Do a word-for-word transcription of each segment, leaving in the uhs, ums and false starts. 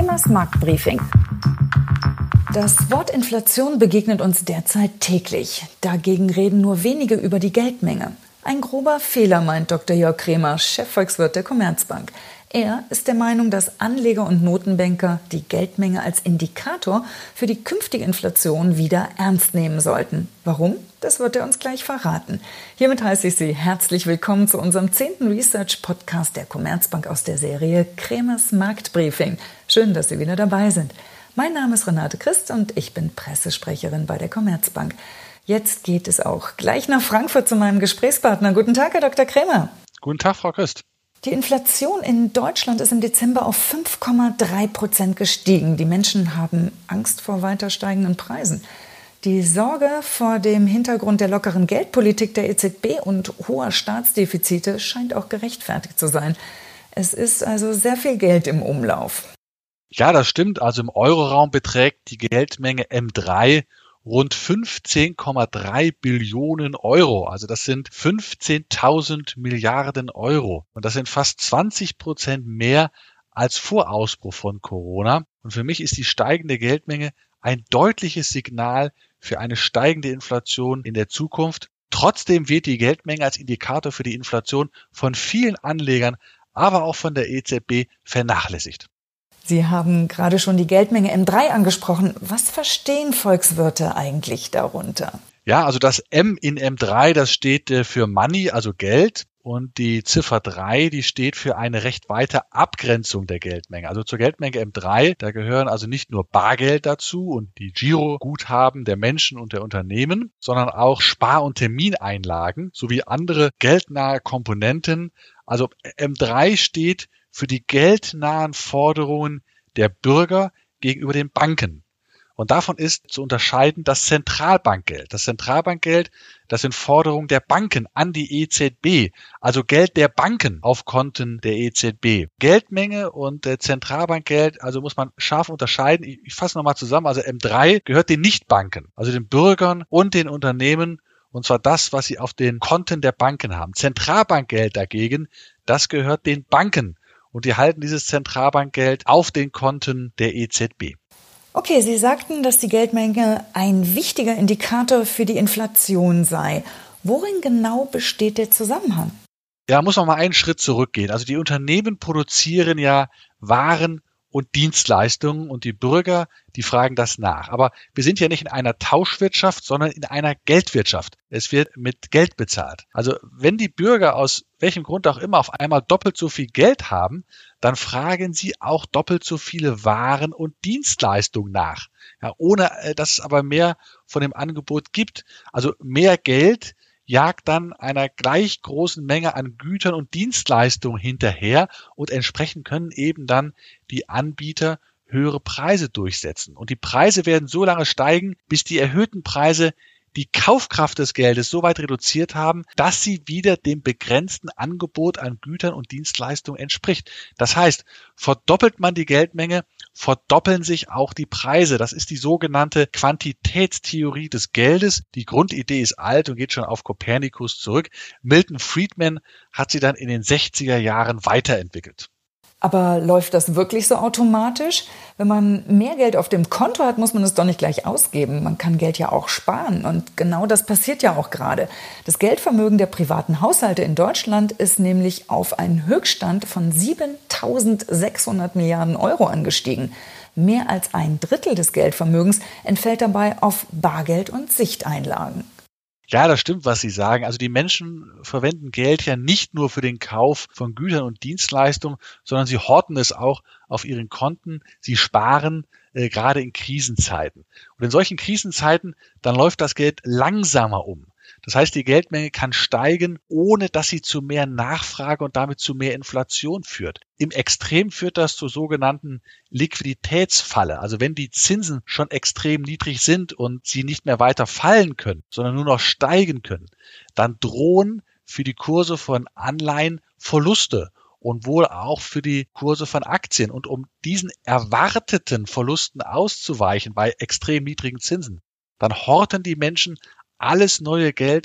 Kremers Marktbriefing. Das Wort Inflation begegnet uns derzeit täglich. Dagegen reden nur wenige über die Geldmenge. Ein grober Fehler, meint Doktor Jörg Kremer, Chefvolkswirt der Commerzbank. Er ist der Meinung, dass Anleger und Notenbanker die Geldmenge als Indikator für die künftige Inflation wieder ernst nehmen sollten. Warum? Das wird er uns gleich verraten. Hiermit heiße ich Sie herzlich willkommen zu unserem zehnten Research-Podcast der Commerzbank aus der Serie Kremers Marktbriefing. Schön, dass Sie wieder dabei sind. Mein Name ist Renate Christ und ich bin Pressesprecherin bei der Commerzbank. Jetzt geht es auch gleich nach Frankfurt zu meinem Gesprächspartner. Guten Tag, Herr Doktor Kremer. Guten Tag, Frau Christ. Die Inflation in Deutschland ist im Dezember auf fünf Komma drei Prozent gestiegen. Die Menschen haben Angst vor weiter steigenden Preisen. Die Sorge vor dem Hintergrund der lockeren Geldpolitik der E Z B und hoher Staatsdefizite scheint auch gerechtfertigt zu sein. Es ist also sehr viel Geld im Umlauf. Ja, das stimmt. Also im Euroraum beträgt die Geldmenge M drei rund fünfzehn Komma drei Billionen Euro. Also das sind fünfzehntausend Milliarden Euro. Und das sind fast zwanzig Prozent mehr als vor Ausbruch von Corona. Und für mich ist die steigende Geldmenge ein deutliches Signal für eine steigende Inflation in der Zukunft. Trotzdem wird die Geldmenge als Indikator für die Inflation von vielen Anlegern, aber auch von der E Z B vernachlässigt. Sie haben gerade schon die Geldmenge M drei angesprochen. Was verstehen Volkswirte eigentlich darunter? Ja, also das M in M drei, das steht für Money, also Geld. Und die Ziffer drei, die steht für eine recht weite Abgrenzung der Geldmenge. Also zur Geldmenge M drei, da gehören also nicht nur Bargeld dazu und die Giroguthaben der Menschen und der Unternehmen, sondern auch Spar- und Termineinlagen sowie andere geldnahe Komponenten. Also M drei steht für die geldnahen Forderungen der Bürger gegenüber den Banken. Und davon ist zu unterscheiden das Zentralbankgeld. Das Zentralbankgeld, das sind Forderungen der Banken an die E Z B, also Geld der Banken auf Konten der E Z B. Geldmenge und äh, Zentralbankgeld, also muss man scharf unterscheiden. Ich, ich fasse nochmal zusammen, also M drei gehört den Nichtbanken, also den Bürgern und den Unternehmen, und zwar das, was sie auf den Konten der Banken haben. Zentralbankgeld dagegen, das gehört den Banken. Und die halten dieses Zentralbankgeld auf den Konten der E Z B. Okay, Sie sagten, dass die Geldmenge ein wichtiger Indikator für die Inflation sei. Worin genau besteht der Zusammenhang? Ja, muss man mal einen Schritt zurückgehen. Also die Unternehmen produzieren ja Waren und Dienstleistungen und die Bürger, die fragen das nach. Aber wir sind ja nicht in einer Tauschwirtschaft, sondern in einer Geldwirtschaft. Es wird mit Geld bezahlt. Also wenn die Bürger aus welchem Grund auch immer auf einmal doppelt so viel Geld haben, dann fragen sie auch doppelt so viele Waren und Dienstleistungen nach. Ja, ohne dass es aber mehr von dem Angebot gibt. Also mehr Geld jagt dann einer gleich großen Menge an Gütern und Dienstleistungen hinterher und entsprechend können eben dann die Anbieter höhere Preise durchsetzen. Und die Preise werden so lange steigen, bis die erhöhten Preise die Kaufkraft des Geldes so weit reduziert haben, dass sie wieder dem begrenzten Angebot an Gütern und Dienstleistungen entspricht. Das heißt, verdoppelt man die Geldmenge, verdoppeln sich auch die Preise. Das ist die sogenannte Quantitätstheorie des Geldes. Die Grundidee ist alt und geht schon auf Kopernikus zurück. Milton Friedman hat sie dann in den sechziger Jahren weiterentwickelt. Aber läuft das wirklich so automatisch? Wenn man mehr Geld auf dem Konto hat, muss man es doch nicht gleich ausgeben. Man kann Geld ja auch sparen. Und genau das passiert ja auch gerade. Das Geldvermögen der privaten Haushalte in Deutschland ist nämlich auf einen Höchststand von siebentausendsechshundert Milliarden Euro angestiegen. Mehr als ein Drittel des Geldvermögens entfällt dabei auf Bargeld und Sichteinlagen. Ja, das stimmt, was Sie sagen. Also die Menschen verwenden Geld ja nicht nur für den Kauf von Gütern und Dienstleistungen, sondern sie horten es auch auf ihren Konten. Sie sparen äh, gerade in Krisenzeiten. Und in solchen Krisenzeiten, dann läuft das Geld langsamer um. Das heißt, die Geldmenge kann steigen, ohne dass sie zu mehr Nachfrage und damit zu mehr Inflation führt. Im Extrem führt das zur sogenannten Liquiditätsfalle. Also wenn die Zinsen schon extrem niedrig sind und sie nicht mehr weiter fallen können, sondern nur noch steigen können, dann drohen für die Kurse von Anleihen Verluste und wohl auch für die Kurse von Aktien. Und um diesen erwarteten Verlusten auszuweichen bei extrem niedrigen Zinsen, dann horten die Menschen alles neue Geld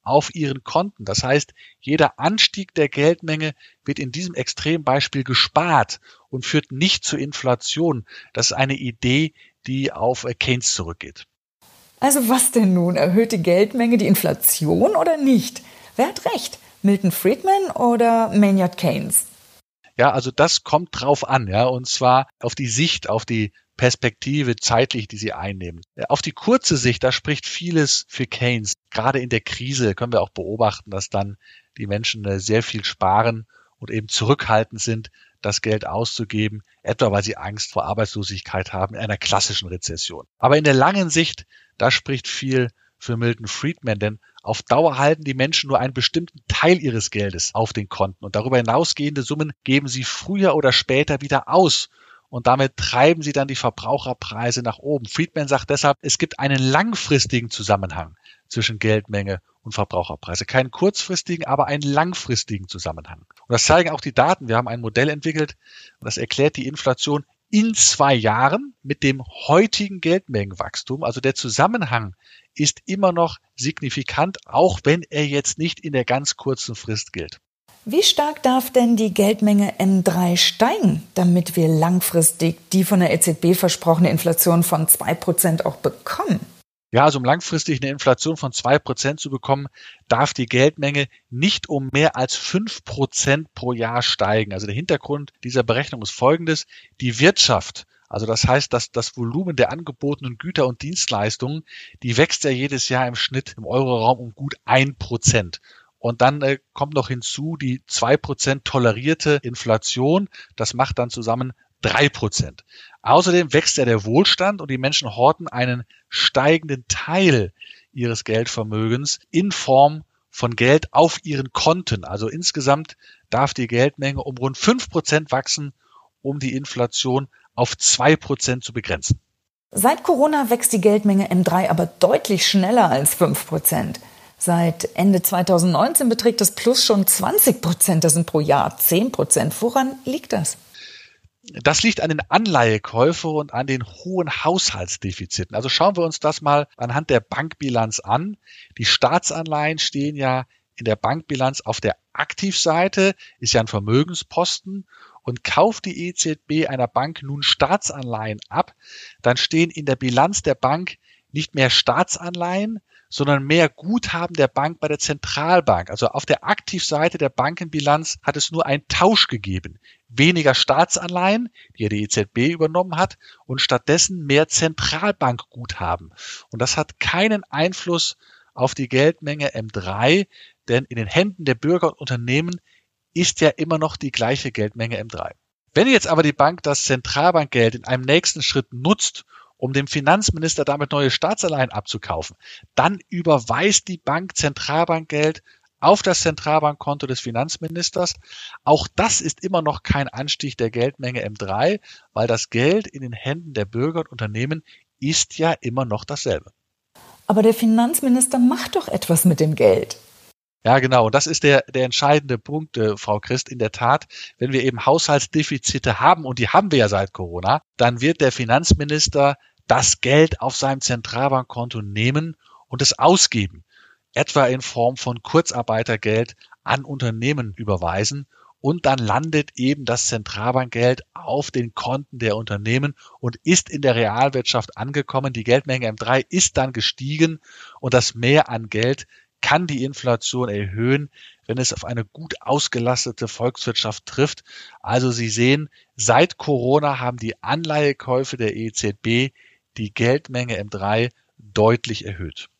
auf ihren Konten. Das heißt, jeder Anstieg der Geldmenge wird in diesem Extrembeispiel gespart und führt nicht zur Inflation. Das ist eine Idee, die auf Keynes zurückgeht. Also was denn nun? Erhöht die Geldmenge die Inflation oder nicht? Wer hat recht? Milton Friedman oder Maynard Keynes? Ja, also das kommt drauf an, ja, und zwar auf die Sicht, auf die Perspektive zeitlich, die sie einnehmen. Auf die kurze Sicht, da spricht vieles für Keynes. Gerade in der Krise können wir auch beobachten, dass dann die Menschen sehr viel sparen und eben zurückhaltend sind, das Geld auszugeben, etwa weil sie Angst vor Arbeitslosigkeit haben in einer klassischen Rezession. Aber in der langen Sicht, da spricht viel für Milton Friedman, denn auf Dauer halten die Menschen nur einen bestimmten Teil ihres Geldes auf den Konten und darüber hinausgehende Summen geben sie früher oder später wieder aus. Und damit treiben sie dann die Verbraucherpreise nach oben. Friedman sagt deshalb, es gibt einen langfristigen Zusammenhang zwischen Geldmenge und Verbraucherpreise. Keinen kurzfristigen, aber einen langfristigen Zusammenhang. Und das zeigen auch die Daten. Wir haben ein Modell entwickelt und das erklärt die Inflation in zwei Jahren mit dem heutigen Geldmengenwachstum. Also der Zusammenhang ist immer noch signifikant, auch wenn er jetzt nicht in der ganz kurzen Frist gilt. Wie stark darf denn die Geldmenge M drei steigen, damit wir langfristig die von der E Z B versprochene Inflation von zwei Prozent auch bekommen? Ja, also um langfristig eine Inflation von zwei Prozent zu bekommen, darf die Geldmenge nicht um mehr als fünf Prozent pro Jahr steigen. Also der Hintergrund dieser Berechnung ist folgendes. Die Wirtschaft, also das heißt, dass das Volumen der angebotenen Güter und Dienstleistungen, die wächst ja jedes Jahr im Schnitt im Euroraum um gut ein Prozent. Und dann äh, kommt noch hinzu die zwei Prozent tolerierte Inflation. Das macht dann zusammen drei Prozent. Außerdem wächst ja der Wohlstand und die Menschen horten einen steigenden Teil ihres Geldvermögens in Form von Geld auf ihren Konten. Also insgesamt darf die Geldmenge um rund fünf Prozent wachsen, um die Inflation auf zwei Prozent zu begrenzen. Seit Corona wächst die Geldmenge M drei aber deutlich schneller als fünf Prozent. Seit Ende zweitausendneunzehn beträgt das Plus schon zwanzig Prozent, das sind pro Jahr zehn Prozent. Woran liegt das? Das liegt an den Anleihekäufen und an den hohen Haushaltsdefiziten. Also schauen wir uns das mal anhand der Bankbilanz an. Die Staatsanleihen stehen ja in der Bankbilanz auf der Aktivseite, ist ja ein Vermögensposten. Und kauft die E Z B einer Bank nun Staatsanleihen ab, dann stehen in der Bilanz der Bank nicht mehr Staatsanleihen, sondern mehr Guthaben der Bank bei der Zentralbank. Also auf der Aktivseite der Bankenbilanz hat es nur einen Tausch gegeben. Weniger Staatsanleihen, die ja die E Z B übernommen hat, und stattdessen mehr Zentralbankguthaben. Und das hat keinen Einfluss auf die Geldmenge M drei, denn in den Händen der Bürger und Unternehmen ist ja immer noch die gleiche Geldmenge M drei. Wenn jetzt aber die Bank das Zentralbankgeld in einem nächsten Schritt nutzt, um dem Finanzminister damit neue Staatsanleihen abzukaufen, dann überweist die Bank Zentralbankgeld auf das Zentralbankkonto des Finanzministers. Auch das ist immer noch kein Anstieg der Geldmenge M drei, weil das Geld in den Händen der Bürger und Unternehmen ist ja immer noch dasselbe. Aber der Finanzminister macht doch etwas mit dem Geld. Ja, genau. Und das ist der, der entscheidende Punkt, äh, Frau Christ. In der Tat, wenn wir eben Haushaltsdefizite haben, und die haben wir ja seit Corona, dann wird der Finanzminister das Geld auf seinem Zentralbankkonto nehmen und es ausgeben. Etwa in Form von Kurzarbeitergeld an Unternehmen überweisen. Und dann landet eben das Zentralbankgeld auf den Konten der Unternehmen und ist in der Realwirtschaft angekommen. Die Geldmenge M drei ist dann gestiegen und das Mehr an Geld kann die Inflation erhöhen, wenn es auf eine gut ausgelastete Volkswirtschaft trifft. Also Sie sehen, seit Corona haben die Anleihekäufe der E Z B die Geldmenge M drei deutlich erhöht.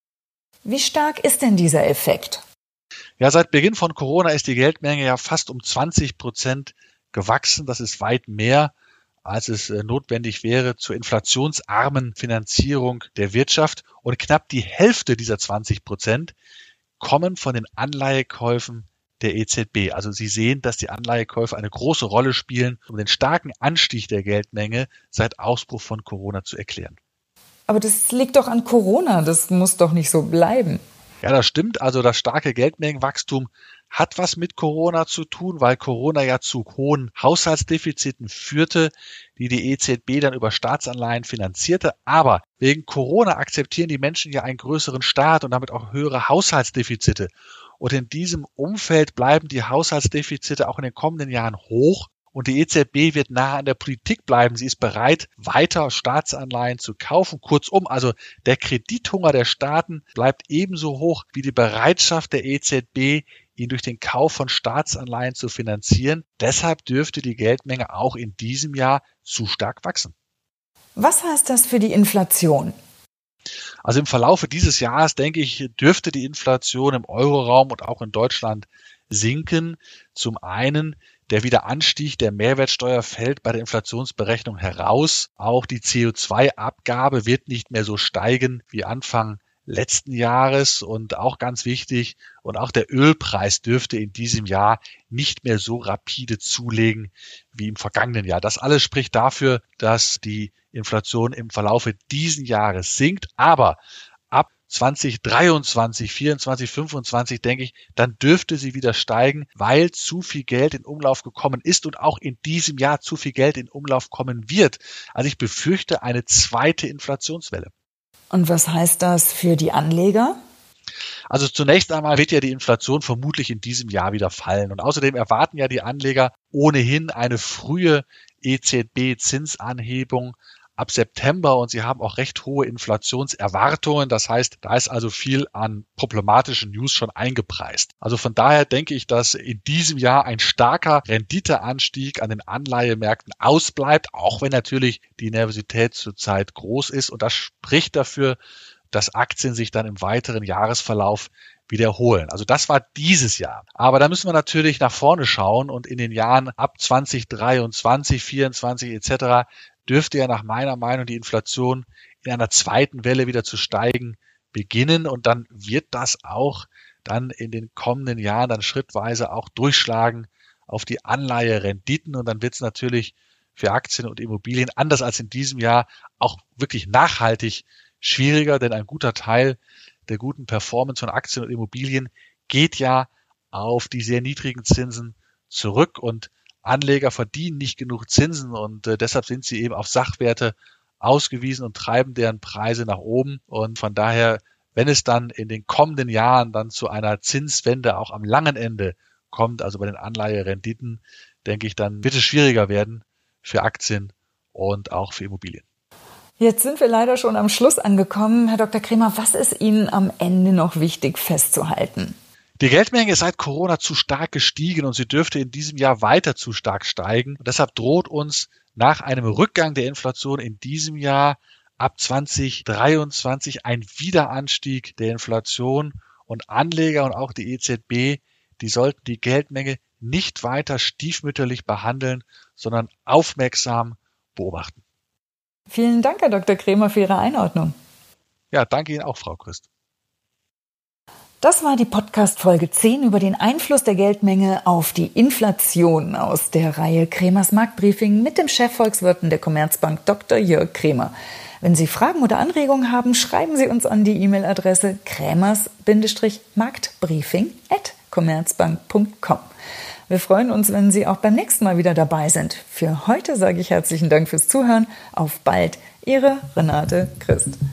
Wie stark ist denn dieser Effekt? Ja, seit Beginn von Corona ist die Geldmenge ja fast um zwanzig Prozent gewachsen. Das ist weit mehr, als es notwendig wäre zur inflationsarmen Finanzierung der Wirtschaft. Und knapp die Hälfte dieser zwanzig Prozent kommen von den Anleihekäufen der E Z B. Also Sie sehen, dass die Anleihekäufe eine große Rolle spielen, um den starken Anstieg der Geldmenge seit Ausbruch von Corona zu erklären. Aber das liegt doch an Corona, das muss doch nicht so bleiben. Ja, das stimmt. Also das starke Geldmengenwachstum hat was mit Corona zu tun, weil Corona ja zu hohen Haushaltsdefiziten führte, die die E Z B dann über Staatsanleihen finanzierte. Aber wegen Corona akzeptieren die Menschen ja einen größeren Staat und damit auch höhere Haushaltsdefizite. Und in diesem Umfeld bleiben die Haushaltsdefizite auch in den kommenden Jahren hoch. Und die E Z B wird nahe an der Politik bleiben. Sie ist bereit, weiter Staatsanleihen zu kaufen. Kurzum, also der Kredithunger der Staaten bleibt ebenso hoch wie die Bereitschaft der E Z B, ihn durch den Kauf von Staatsanleihen zu finanzieren. Deshalb dürfte die Geldmenge auch in diesem Jahr zu stark wachsen. Was heißt das für die Inflation? Also im Verlaufe dieses Jahres, denke ich, dürfte die Inflation im Euroraum und auch in Deutschland sinken. Zum einen der Wiederanstieg der Mehrwertsteuer fällt bei der Inflationsberechnung heraus. Auch die C O zwei Abgabe wird nicht mehr so steigen wie Anfang letzten Jahres und auch ganz wichtig, und auch der Ölpreis dürfte in diesem Jahr nicht mehr so rapide zulegen wie im vergangenen Jahr. Das alles spricht dafür, dass die Inflation im Verlaufe diesen Jahres sinkt, aber ab zwanzig dreiundzwanzig, vierundzwanzig, fünfundzwanzig, denke ich, dann dürfte sie wieder steigen, weil zu viel Geld in Umlauf gekommen ist und auch in diesem Jahr zu viel Geld in Umlauf kommen wird. Also ich befürchte eine zweite Inflationswelle. Und was heißt das für die Anleger? Also zunächst einmal wird ja die Inflation vermutlich in diesem Jahr wieder fallen. Und außerdem erwarten ja die Anleger ohnehin eine frühe E Z B-Zinsanhebung ab September, und sie haben auch recht hohe Inflationserwartungen. Das heißt, da ist also viel an problematischen News schon eingepreist. Also von daher denke ich, dass in diesem Jahr ein starker Renditeanstieg an den Anleihemärkten ausbleibt, auch wenn natürlich die Nervosität zurzeit groß ist. Und das spricht dafür, dass Aktien sich dann im weiteren Jahresverlauf wiederholen. Also das war dieses Jahr. Aber da müssen wir natürlich nach vorne schauen, und in den Jahren ab zwanzig dreiundzwanzig, vierundzwanzig et cetera dürfte ja nach meiner Meinung die Inflation in einer zweiten Welle wieder zu steigen beginnen, und dann wird das auch dann in den kommenden Jahren dann schrittweise auch durchschlagen auf die Anleiherenditen, und dann wird es natürlich für Aktien und Immobilien anders als in diesem Jahr auch wirklich nachhaltig schwieriger, denn ein guter Teil der guten Performance von Aktien und Immobilien geht ja auf die sehr niedrigen Zinsen zurück, und Anleger verdienen nicht genug Zinsen, und äh, deshalb sind sie eben auf Sachwerte ausgewiesen und treiben deren Preise nach oben. Und von daher, wenn es dann in den kommenden Jahren dann zu einer Zinswende auch am langen Ende kommt, also bei den Anleiherenditen, denke ich, dann wird es schwieriger werden für Aktien und auch für Immobilien. Jetzt sind wir leider schon am Schluss angekommen. Herr Doktor Krämer, was ist Ihnen am Ende noch wichtig festzuhalten? Die Geldmenge ist seit Corona zu stark gestiegen, und sie dürfte in diesem Jahr weiter zu stark steigen. Und deshalb droht uns nach einem Rückgang der Inflation in diesem Jahr ab zwanzig dreiundzwanzig ein Wiederanstieg der Inflation. Und Anleger und auch die E Z B, die sollten die Geldmenge nicht weiter stiefmütterlich behandeln, sondern aufmerksam beobachten. Vielen Dank, Herr Doktor Krämer, für Ihre Einordnung. Ja, danke Ihnen auch, Frau Christ. Das war die Podcast-Folge zehn über den Einfluss der Geldmenge auf die Inflation aus der Reihe Krämers Marktbriefing mit dem Chefvolkswirten der Commerzbank Doktor Jörg Krämer. Wenn Sie Fragen oder Anregungen haben, schreiben Sie uns an die E-Mail-Adresse krämers-marktbriefing at commerzbank punkt com. Wir freuen uns, wenn Sie auch beim nächsten Mal wieder dabei sind. Für heute sage ich herzlichen Dank fürs Zuhören. Auf bald, Ihre Renate Christ.